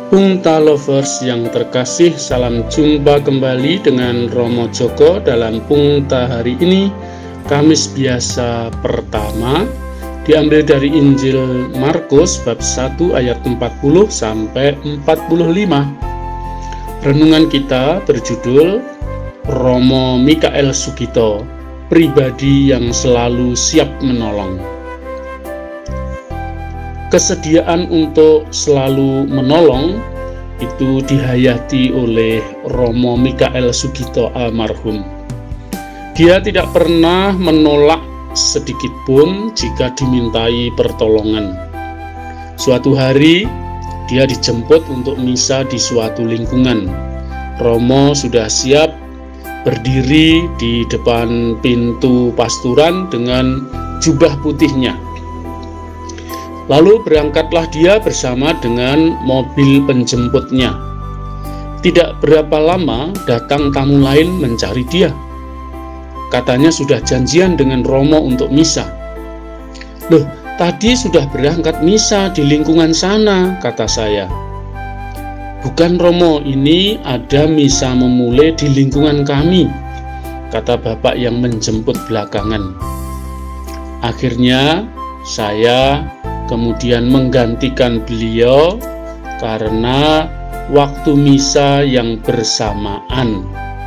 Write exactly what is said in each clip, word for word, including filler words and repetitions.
Pungta Lovers yang terkasih, salam jumpa kembali dengan Romo Joko dalam Pungta hari ini, Kamis Biasa pertama, diambil dari Injil Markus bab satu ayat empat puluh sampai empat puluh lima. Renungan kita berjudul Romo Mikael Sugito, pribadi yang selalu siap menolong. Kesediaan untuk selalu menolong itu dihayati oleh Romo Mikael Sugito almarhum. Dia tidak pernah menolak sedikit pun jika dimintai pertolongan. Suatu hari dia dijemput untuk misa di suatu lingkungan. Romo sudah siap berdiri di depan pintu pasturan dengan jubah putihnya. Lalu berangkatlah dia bersama dengan mobil penjemputnya. Tidak berapa lama datang tamu lain mencari dia. Katanya sudah janjian dengan Romo untuk misa. Loh, tadi sudah berangkat misa di lingkungan sana, kata saya. Bukan Romo, ini ada misa memulai di lingkungan kami, kata bapak yang menjemput belakangan. Akhirnya saya kemudian menggantikan beliau karena waktu misa yang bersamaan.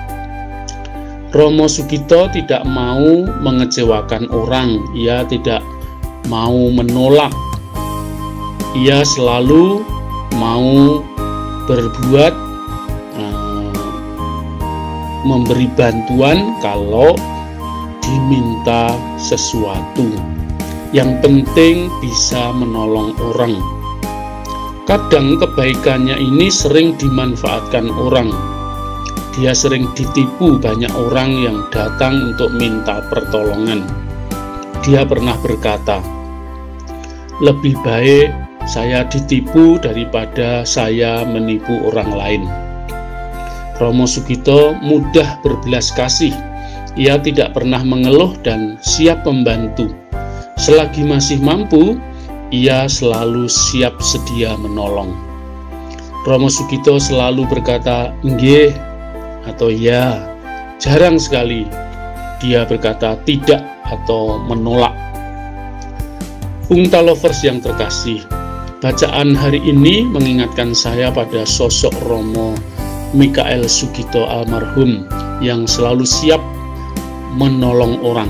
Romo Sugito tidak mau mengecewakan orang, ia tidak mau menolak. Ia selalu mau berbuat, eh, memberi bantuan kalau diminta sesuatu. Yang penting bisa menolong orang. Kadang kebaikannya ini sering dimanfaatkan orang. Dia sering ditipu banyak orang yang datang untuk minta pertolongan. Dia pernah berkata, lebih baik saya ditipu daripada saya menipu orang lain. Romo Sugito mudah berbelas kasih. Ia tidak pernah mengeluh dan siap membantu. Selagi masih mampu, ia selalu siap sedia menolong. Romo Sugito selalu berkata, nggih atau ya. Jarang sekali dia berkata tidak atau menolak. Pungta Lovers yang terkasih, bacaan hari ini mengingatkan saya pada sosok Romo Mikael Sugito almarhum yang selalu siap menolong orang.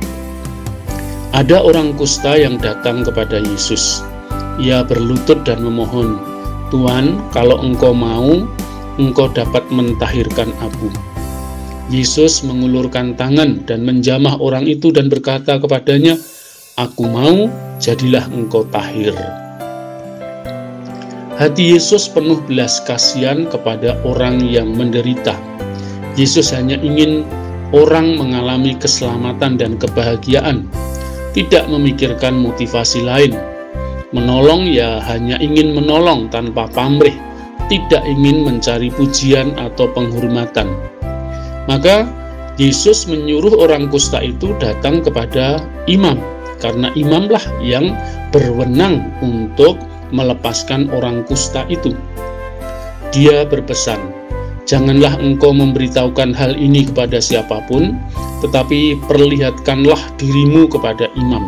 Ada orang kusta yang datang kepada Yesus. Ia berlutut dan memohon, Tuhan, kalau engkau mau, engkau dapat mentahirkan aku. Yesus mengulurkan tangan dan menjamah orang itu dan berkata kepadanya, aku mau, jadilah engkau tahir. Hati Yesus penuh belas kasihan kepada orang yang menderita. Yesus hanya ingin orang mengalami keselamatan dan kebahagiaan, tidak memikirkan motivasi lain. Menolong ya hanya ingin menolong tanpa pamrih, tidak ingin mencari pujian atau penghormatan. Maka Yesus menyuruh orang kusta itu datang kepada imam, karena imamlah yang berwenang untuk melepaskan orang kusta itu. Dia berpesan, janganlah engkau memberitahukan hal ini kepada siapapun, tetapi perlihatkanlah dirimu kepada imam.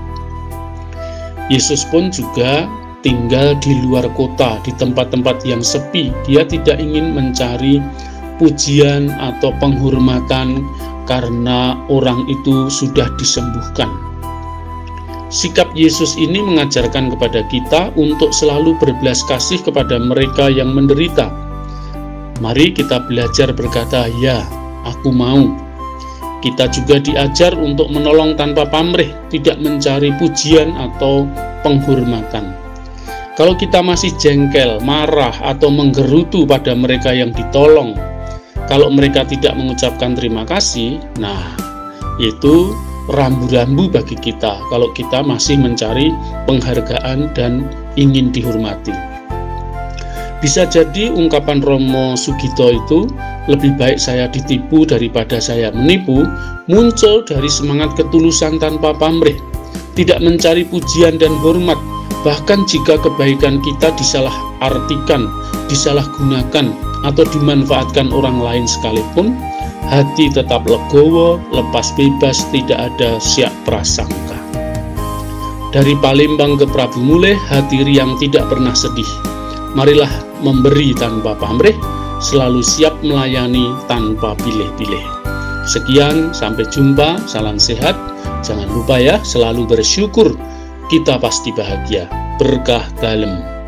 Yesus pun juga tinggal di luar kota, di tempat-tempat yang sepi. Dia tidak ingin mencari pujian atau penghormatan karena orang itu sudah disembuhkan. Sikap Yesus ini mengajarkan kepada kita untuk selalu berbelas kasih kepada mereka yang menderita. Mari kita belajar berkata, ya, aku mau. Kita juga diajar untuk menolong tanpa pamrih, tidak mencari pujian atau penghormatan. Kalau kita masih jengkel, marah, atau menggerutu pada mereka yang ditolong, kalau mereka tidak mengucapkan terima kasih, nah, itu rambu-rambu bagi kita kalau kita masih mencari penghargaan dan ingin dihormati. Bisa jadi ungkapan Romo Sugito itu, lebih baik saya ditipu daripada saya menipu, muncul dari semangat ketulusan tanpa pamrih, tidak mencari pujian dan hormat, Bahkan jika kebaikan kita disalahartikan, disalahgunakan, atau dimanfaatkan orang lain sekalipun, hati tetap legowo, lepas bebas, tidak ada siak prasangka. Dari Palembang ke Prabu Mulih, hati riang tidak pernah sedih. Marilah memberi tanpa pamrih, selalu siap melayani tanpa pilih-pilih. Sekian, sampai jumpa, salam sehat. Jangan lupa ya, selalu bersyukur. Kita pasti bahagia, berkah dalem.